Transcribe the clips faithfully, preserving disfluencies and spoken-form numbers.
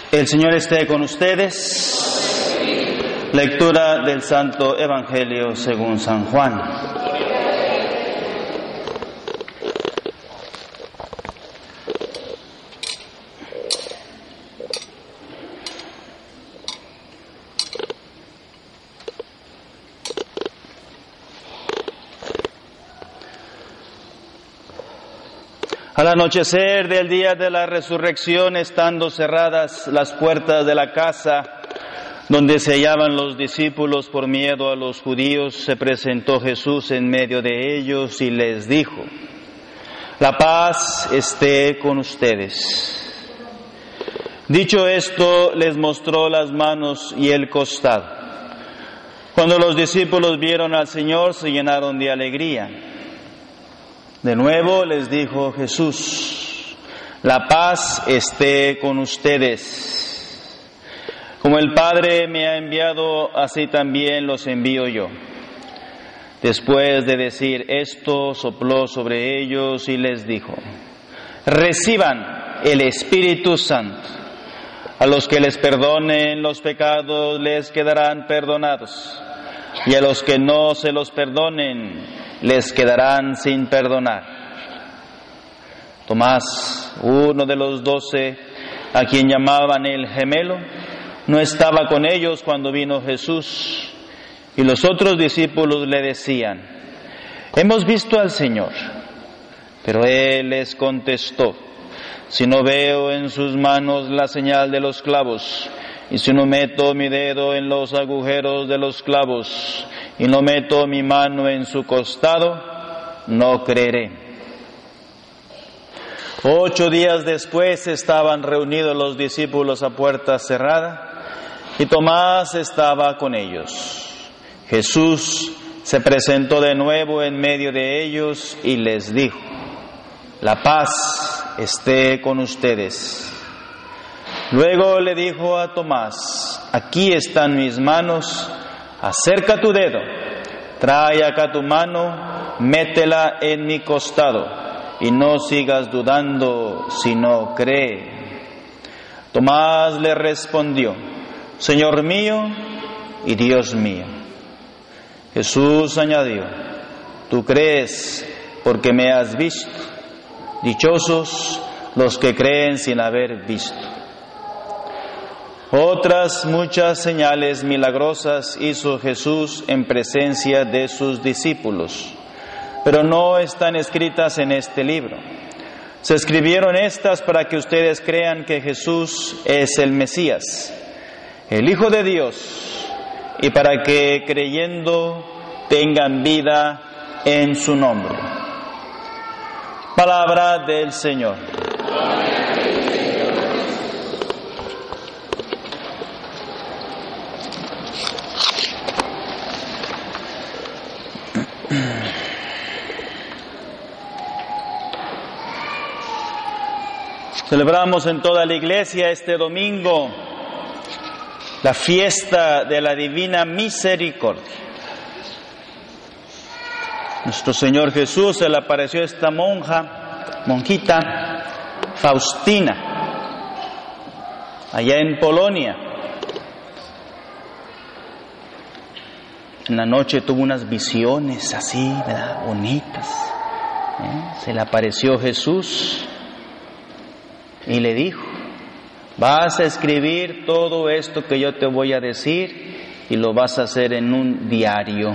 El Señor esté con ustedes. Lectura del Santo Evangelio según San Juan. Al anochecer del día de la resurrección, estando cerradas las puertas de la casa donde se hallaban los discípulos por miedo a los judíos, se presentó Jesús en medio de ellos y les dijo: la paz esté con ustedes. Dicho esto, les mostró las manos y el costado. Cuando los discípulos vieron al Señor, se llenaron de alegría. De nuevo les dijo Jesús: la paz esté con ustedes. Como el Padre me ha enviado, así también los envío yo. Después de decir esto, sopló sobre ellos y les dijo: reciban el Espíritu Santo. A los que les perdonen los pecados les quedarán perdonados, y a los que no se los perdonen les quedarán sin perdonar. Tomás, uno de los doce, a quien llamaban el gemelo, no estaba con ellos cuando vino Jesús, y los otros discípulos le decían: hemos visto al Señor. Pero él les contestó: si no veo en sus manos la señal de los clavos, y si no meto mi dedo en los agujeros de los clavos, y no meto mi mano en su costado, no creeré. Ocho días después estaban reunidos los discípulos a puerta cerrada, y Tomás estaba con ellos. Jesús se presentó de nuevo en medio de ellos y les dijo: la paz esté con ustedes. Luego le dijo a Tomás: aquí están mis manos, acerca tu dedo, trae acá tu mano, métela en mi costado, y no sigas dudando, sino cree. Tomás le respondió: Señor mío y Dios mío. Jesús añadió: tú crees porque me has visto. Dichosos los que creen sin haber visto. Otras muchas señales milagrosas hizo Jesús en presencia de sus discípulos, pero no están escritas en este libro. Se escribieron estas para que ustedes crean que Jesús es el Mesías, el Hijo de Dios, y para que creyendo tengan vida en su nombre. Palabra del Señor. Celebramos en toda la iglesia este domingo la fiesta de la Divina Misericordia. Nuestro Señor Jesús se le apareció a esta monja, monjita Faustina, allá en Polonia. En la noche tuvo unas visiones así, ¿verdad?, bonitas. ¿Eh? Se le apareció Jesús y le dijo: vas a escribir todo esto que yo te voy a decir y lo vas a hacer en un diario.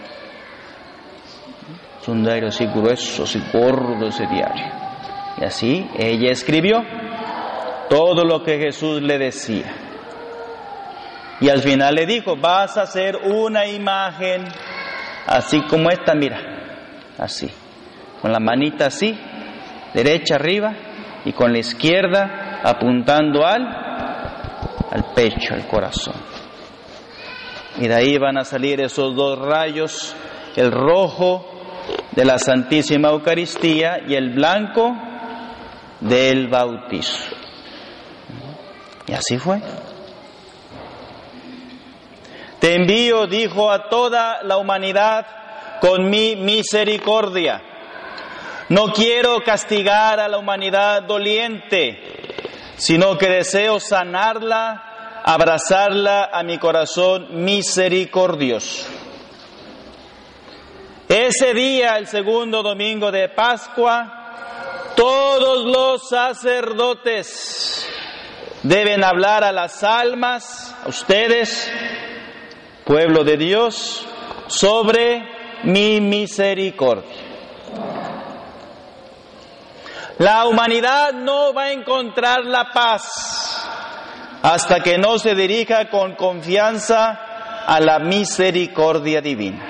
Es un diario así grueso, así gordo ese diario. Y así ella escribió todo lo que Jesús le decía. Y al final le dijo: vas a hacer una imagen así como esta, mira, así, con la manita así, derecha arriba, y con la izquierda apuntando al, al pecho, al corazón. Y de ahí van a salir esos dos rayos, el rojo de la Santísima Eucaristía y el blanco del bautizo. Y así fue. Te envío, dijo, a toda la humanidad con mi misericordia. No quiero castigar a la humanidad doliente, sino que deseo sanarla, abrazarla a mi corazón misericordioso. Ese día, el segundo domingo de Pascua, todos los sacerdotes deben hablar a las almas, a ustedes, pueblo de Dios, sobre mi misericordia. La humanidad no va a encontrar la paz hasta que no se dirija con confianza a la misericordia divina.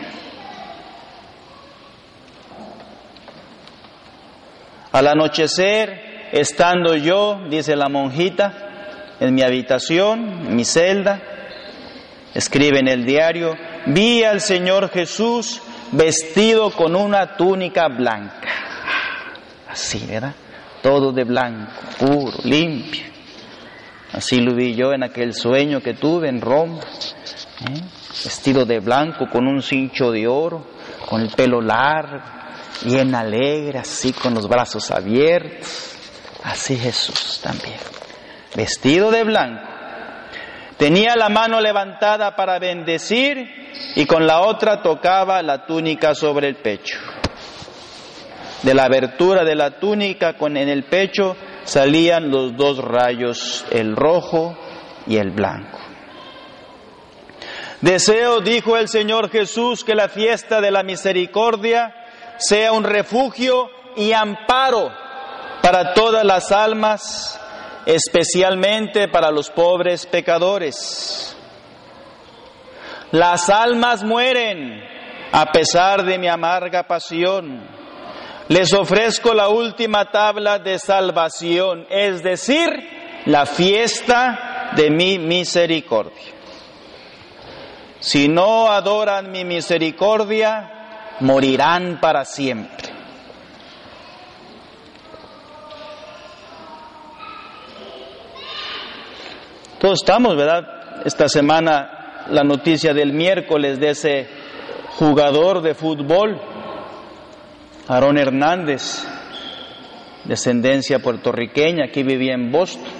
Al anochecer, estando yo, dice la monjita, en mi habitación, en mi celda, escribe en el diario, vi al Señor Jesús vestido con una túnica blanca. Así, ¿verdad? Todo de blanco, puro, limpio. Así lo vi yo en aquel sueño que tuve en Roma. ¿eh? Vestido de blanco, con un cincho de oro, con el pelo largo, bien alegre, así con los brazos abiertos. Así Jesús también, vestido de blanco. Tenía la mano levantada para bendecir y con la otra tocaba la túnica sobre el pecho. De la abertura de la túnica con en el pecho salían los dos rayos, el rojo y el blanco. Deseo, dijo el Señor Jesús, que la fiesta de la misericordia sea un refugio y amparo para todas las almas, especialmente para los pobres pecadores. Las almas mueren a pesar de mi amarga pasión. Les ofrezco la última tabla de salvación, es decir, la fiesta de mi misericordia. Si no adoran mi misericordia, morirán para siempre. Todos estamos, ¿verdad? Esta semana la noticia del miércoles de ese jugador de fútbol, Aarón Hernández, descendencia puertorriqueña, aquí vivía en Boston.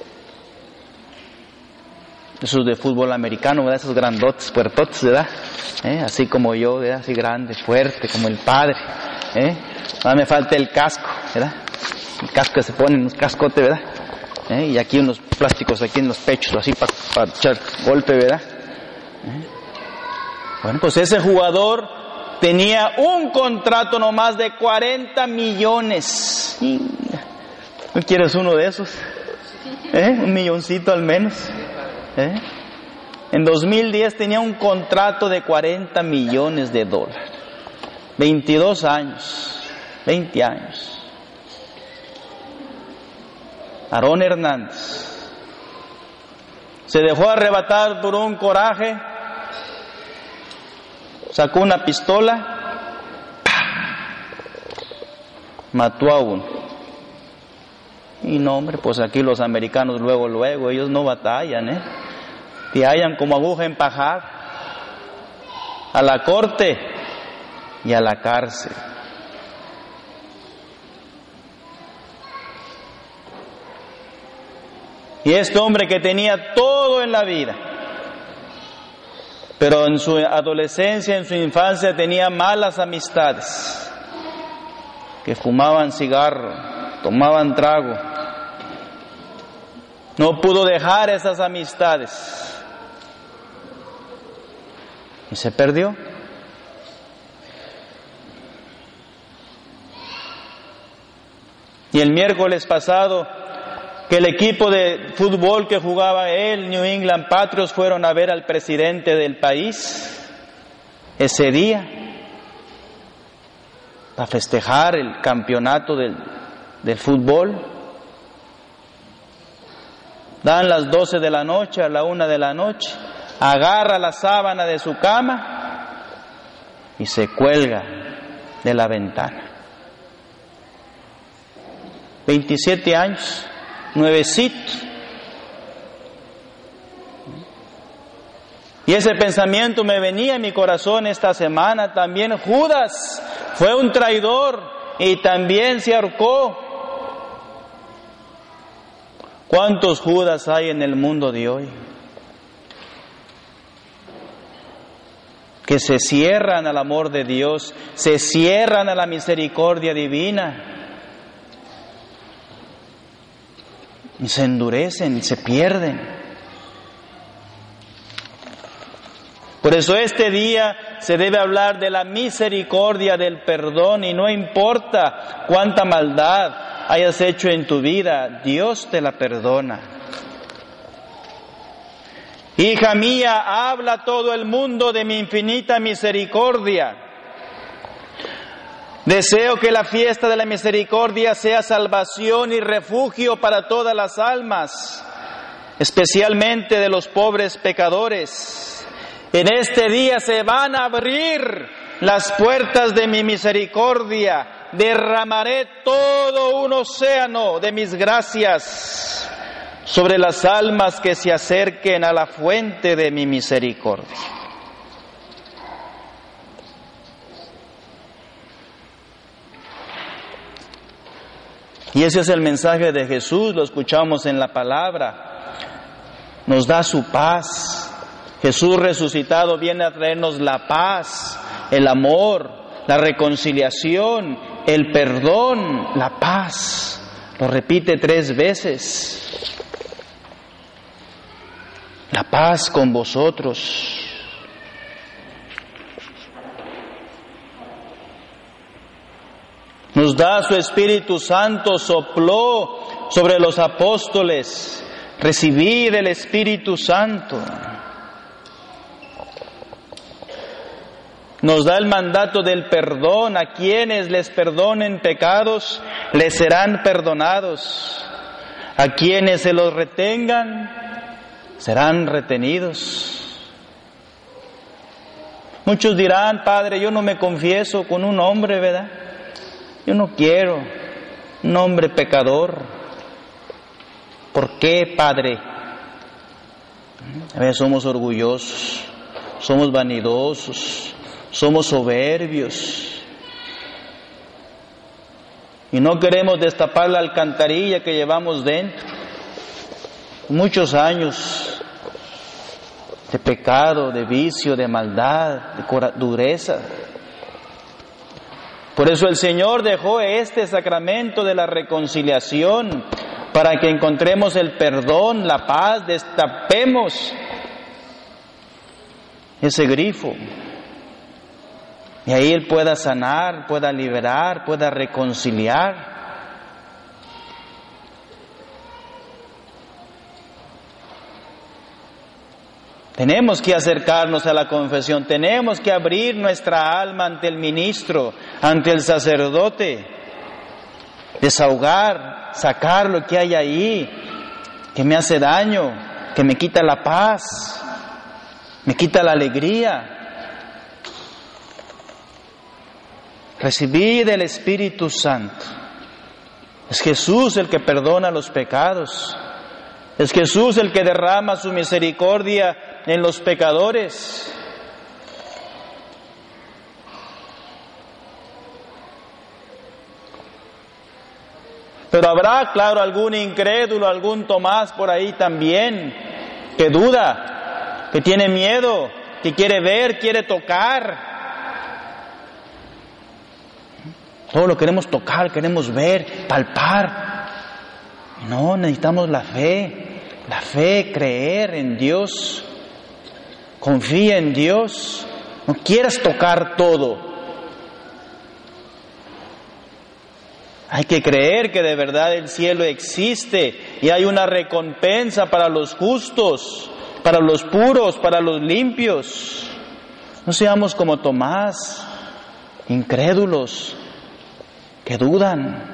Esos de fútbol americano, ¿verdad? Esos grandotes, puertotes, ¿verdad? ¿Eh? Así como yo, ¿verdad? Así grande, fuerte, como el padre. ¿Eh? Ahora me falta el casco, ¿verdad? El casco que se pone en un cascote, ¿verdad? ¿Eh? Y aquí unos plásticos aquí en los pechos, así para pa echar golpe, ¿verdad? ¿Eh? Bueno, pues ese jugador tenía un contrato nomás de cuarenta millones. ¿No quieres uno de esos? ¿Eh? Un milloncito al menos. ¿Eh? En dos mil diez tenía un contrato de cuarenta millones de dólares. veintidós años, veinte años. Aarón Hernández se dejó arrebatar por un coraje, sacó una pistola, mató a uno. Y no, hombre, pues aquí los americanos luego, luego, ellos no batallan, ¿eh? Te hallan como aguja en pajar, a la corte y a la cárcel. Y este hombre que tenía todo en la vida, pero en su adolescencia, en su infancia tenía malas amistades, que fumaban cigarro, tomaban trago. No pudo dejar esas amistades y se perdió. Y el miércoles pasado, que el equipo de fútbol que jugaba él, New England Patriots, fueron a ver al presidente del país ese día para festejar el campeonato del, del fútbol. Dan las doce de la noche, a la una de la noche, agarra la sábana de su cama y se cuelga de la ventana. veintisiete años, nuevecito. Y ese pensamiento me venía en mi corazón esta semana también. Judas fue un traidor y también se ahorcó. ¿Cuántos Judas hay en el mundo de hoy? Que se cierran al amor de Dios, se cierran a la misericordia divina, y se endurecen y se pierden. Por eso este día se debe hablar de la misericordia, del perdón, y no importa cuánta maldad hayas hecho en tu vida, Dios te la perdona. Hija mía, habla todo el mundo de mi infinita misericordia. Deseo que la fiesta de la misericordia sea salvación y refugio para todas las almas, especialmente de los pobres pecadores. En este día se van a abrir las puertas de mi misericordia. Derramaré todo un océano de mis gracias sobre las almas que se acerquen a la fuente de mi misericordia. Y ese es el mensaje de Jesús, lo escuchamos en la palabra. Nos da su paz. Jesús resucitado viene a traernos la paz, el amor, la reconciliación, el perdón, la paz. Lo repite tres veces. La paz con vosotros. Nos da su Espíritu Santo, sopló sobre los apóstoles. Recibid el Espíritu Santo. Nos da el mandato del perdón. A quienes les perdonen pecados, les serán perdonados. A quienes se los retengan, serán retenidos. Muchos dirán, Padre, yo no me confieso con un hombre, ¿verdad? Yo no quiero un hombre pecador. ¿Por qué, Padre? A veces somos orgullosos, somos vanidosos, somos soberbios. Y no queremos destapar la alcantarilla que llevamos dentro. Muchos años de pecado, de vicio, de maldad, de cora- dureza. Por eso el Señor dejó este sacramento de la reconciliación, para que encontremos el perdón, la paz, destapemos ese grifo. Y ahí Él pueda sanar, pueda liberar, pueda reconciliar. Tenemos que acercarnos a la confesión, tenemos que abrir nuestra alma ante el ministro, ante el sacerdote, desahogar, sacar lo que hay ahí, que me hace daño, que me quita la paz, me quita la alegría. Recibid el Espíritu Santo. Es Jesús el que perdona los pecados. Es Jesús el que derrama su misericordia en los pecadores. Pero habrá, claro, algún incrédulo, algún Tomás por ahí también, que duda, que tiene miedo, que quiere ver, quiere tocar. Todo lo queremos tocar, queremos ver, palpar. No, necesitamos la fe, la fe, creer en Dios. Confía en Dios, no quieras tocar todo. Hay que creer que de verdad el cielo existe y hay una recompensa para los justos, para los puros, para los limpios. No seamos como Tomás, incrédulos, que dudan.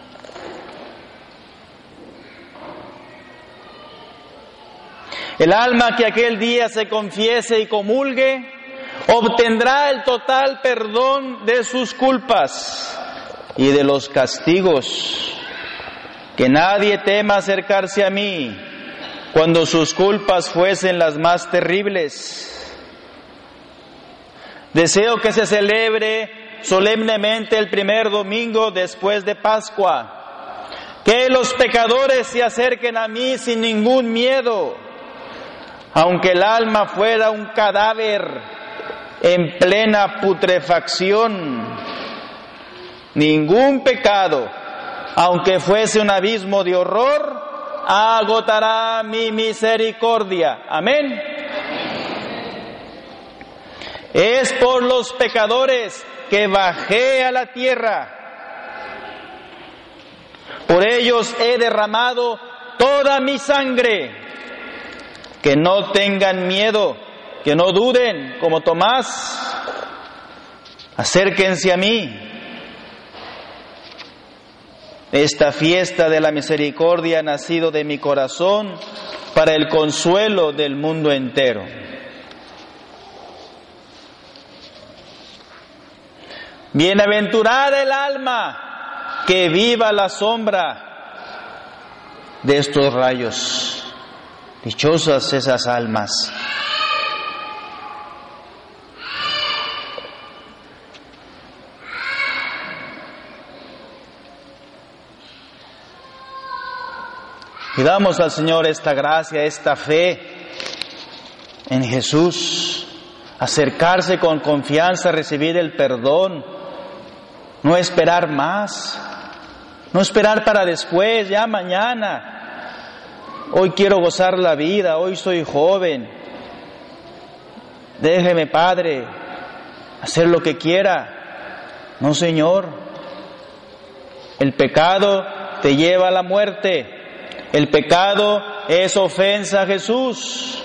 El alma que aquel día se confiese y comulgue, obtendrá el total perdón de sus culpas y de los castigos. Que nadie tema acercarse a mí cuando sus culpas fuesen las más terribles. Deseo que se celebre solemnemente el primer domingo después de Pascua, Que los pecadores se acerquen a mí sin ningún miedo, aunque el alma fuera un cadáver en plena putrefacción. Ningún pecado, aunque fuese un abismo de horror, agotará mi misericordia. Amén. Es por los pecadores que bajé a la tierra. Por ellos he derramado toda mi sangre. Que no tengan miedo, que no duden, como Tomás. Acérquense a mí. Esta fiesta de la misericordia ha nacido de mi corazón para el consuelo del mundo entero. Bienaventurada el alma que viva la sombra de estos rayos. Dichosas esas almas. Pidamos al Señor esta gracia, esta fe en Jesús, acercarse con confianza, recibir el perdón, no esperar más, no esperar para después, ya mañana. Hoy quiero gozar la vida, hoy soy joven. Déjeme, Padre, hacer lo que quiera. No, Señor. El pecado te lleva a la muerte. El pecado es ofensa a Jesús.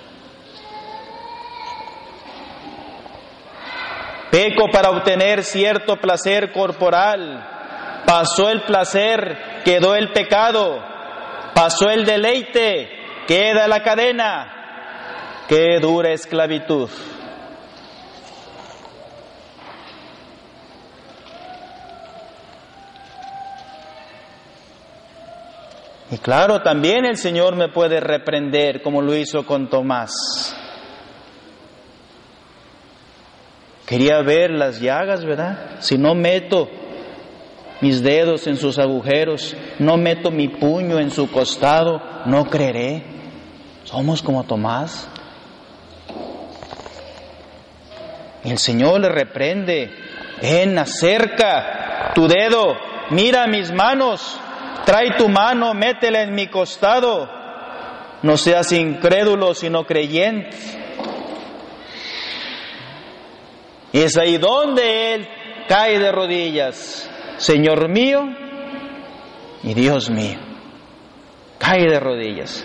Peco para obtener cierto placer corporal. Pasó el placer, quedó el pecado. Pasó el deleite, queda la cadena. Qué dura esclavitud. Y claro, también el Señor me puede reprender como lo hizo con Tomás. Quería ver las llagas, ¿verdad? Si no meto mis dedos en sus agujeros, no meto mi puño en su costado, no creeré. Somos como Tomás. Y el Señor le reprende. Ven, acerca tu dedo, mira mis manos. Trae tu mano, métela en mi costado. No seas incrédulo, sino creyente. Y es ahí donde él cae de rodillas. Señor mío y Dios mío. Cae de rodillas.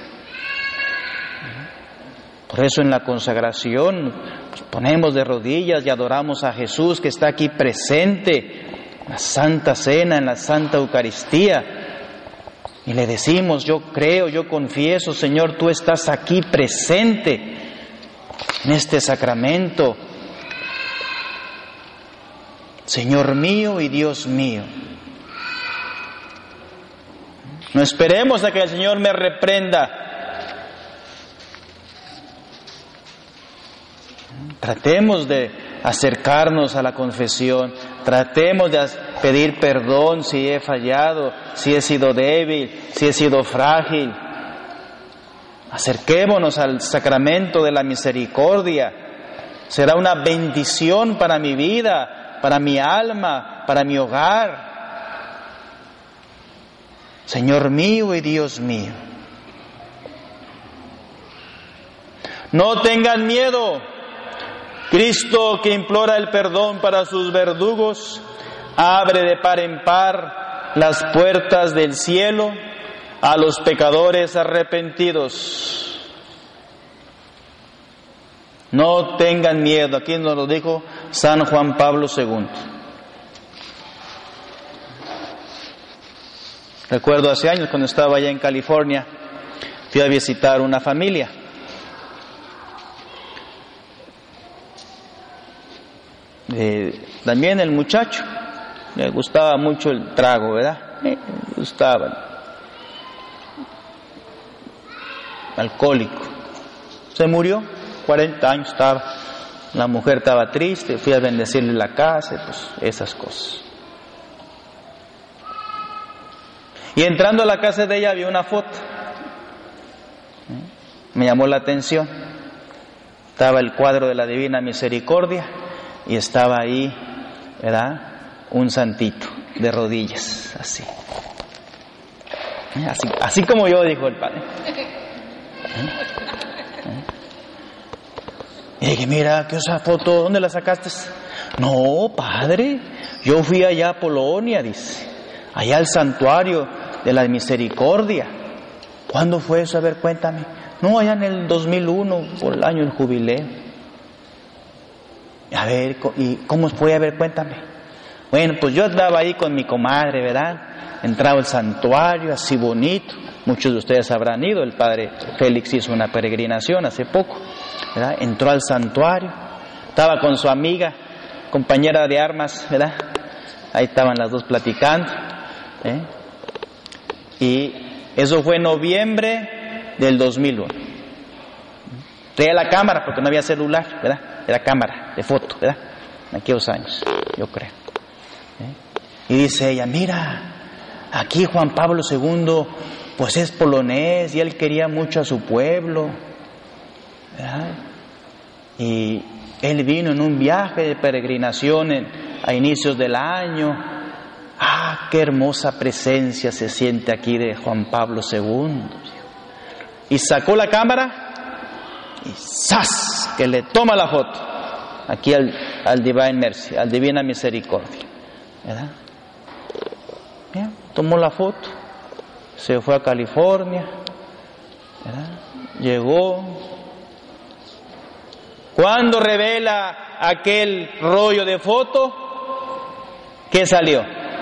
Por eso en la consagración pues, ponemos de rodillas y adoramos a Jesús que está aquí presente en la Santa Cena, en la Santa Eucaristía. Y le decimos, yo creo, yo confieso, Señor, tú estás aquí presente en este sacramento. Señor mío y Dios mío. No esperemos a que el Señor me reprenda. Tratemos de acercarnos a la confesión, tratemos de pedir perdón si he fallado, si he sido débil, si he sido frágil. Acerquémonos al sacramento de la misericordia. Será una bendición para mi vida, para mi alma, para mi hogar. Señor mío y Dios mío. No tengan miedo. Cristo, que implora el perdón para sus verdugos, abre de par en par las puertas del cielo a los pecadores arrepentidos. No tengan miedo. Aquí nos lo dijo San Juan Pablo segundo. Recuerdo hace años cuando estaba allá en California, fui a visitar una familia. Eh, también el muchacho le gustaba mucho el trago, ¿verdad? Le gustaba. Alcohólico. Se murió, cuarenta años estaba. La mujer estaba triste, fui a bendecirle la casa, pues esas cosas. Y entrando a la casa de ella vi una foto. Me llamó la atención. Estaba el cuadro de la Divina Misericordia y estaba ahí, ¿verdad?, un santito de rodillas, así. Así, así como yo, dijo el padre. Y dije, mira, ¿qué esa foto? ¿Dónde la sacaste? No, padre, yo fui allá a Polonia, dice, allá al santuario de la Misericordia. ¿Cuándo fue eso? A ver, cuéntame. No, allá en el dos mil uno, por el año del jubileo. A ver, ¿y cómo fue? A ver, cuéntame. Bueno, pues yo andaba ahí con mi comadre, ¿verdad? Entraba al santuario, así bonito. Muchos de ustedes habrán ido. El padre Félix hizo una peregrinación hace poco, ¿verdad? Entró al santuario, estaba con su amiga, compañera de armas, ¿verdad? Ahí estaban las dos platicando, ¿eh? Y eso fue en noviembre del dos mil uno. Traía la cámara porque no había celular, ¿verdad? Era cámara de foto, ¿verdad? En aquellos años, yo creo. ¿Eh? Y dice ella, mira, aquí Juan Pablo segundo, pues es polonés y él quería mucho a su pueblo, ¿verdad? Y él vino en un viaje de peregrinación en, a inicios del año. Ah, qué hermosa presencia se siente aquí de Juan Pablo segundo. Y sacó la cámara y ¡zas!, que le toma la foto aquí al, al Divine Mercy, al Divina Misericordia, ¿verdad? Bien, tomó la foto, se fue a California, ¿verdad? Llegó. Cuando revela aquel rollo de foto, ¿qué salió?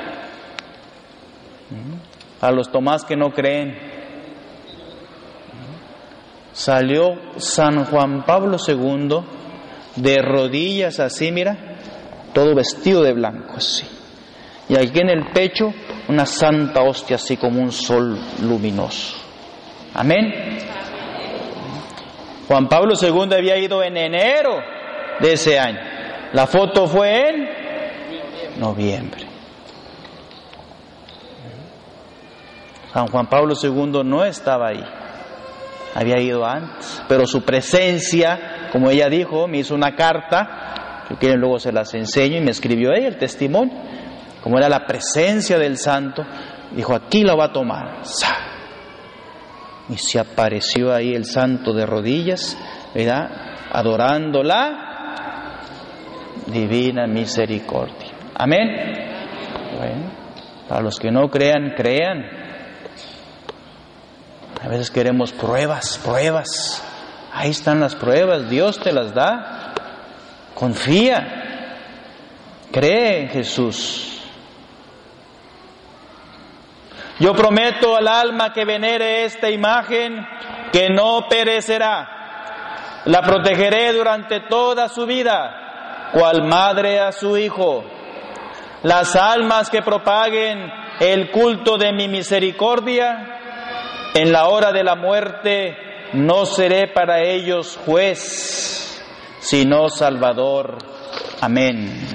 A los Tomás que no creen, salió San Juan Pablo segundo de rodillas así, mira, todo vestido de blanco así, y aquí en el pecho una santa hostia así como un sol luminoso. Amén. Juan Pablo segundo había ido en enero de ese año. La foto fue en noviembre. San Juan Pablo segundo no estaba ahí, había ido antes, pero su presencia, como ella dijo, me hizo una carta, si quieren luego se las enseño, y me escribió ella el testimonio, como era la presencia del santo, dijo, aquí la va a tomar. Y se apareció ahí el santo de rodillas, ¿verdad?, adorando la Divina Misericordia. Amén. Bueno, para los que no crean, crean. A veces queremos pruebas, pruebas. Ahí están las pruebas, Dios te las da. Confía, cree en Jesús. Yo prometo al alma que venere esta imagen que no perecerá. La protegeré durante toda su vida, cual madre a su hijo. Las almas que propaguen el culto de mi misericordia, en la hora de la muerte no seré para ellos juez, sino Salvador. Amén.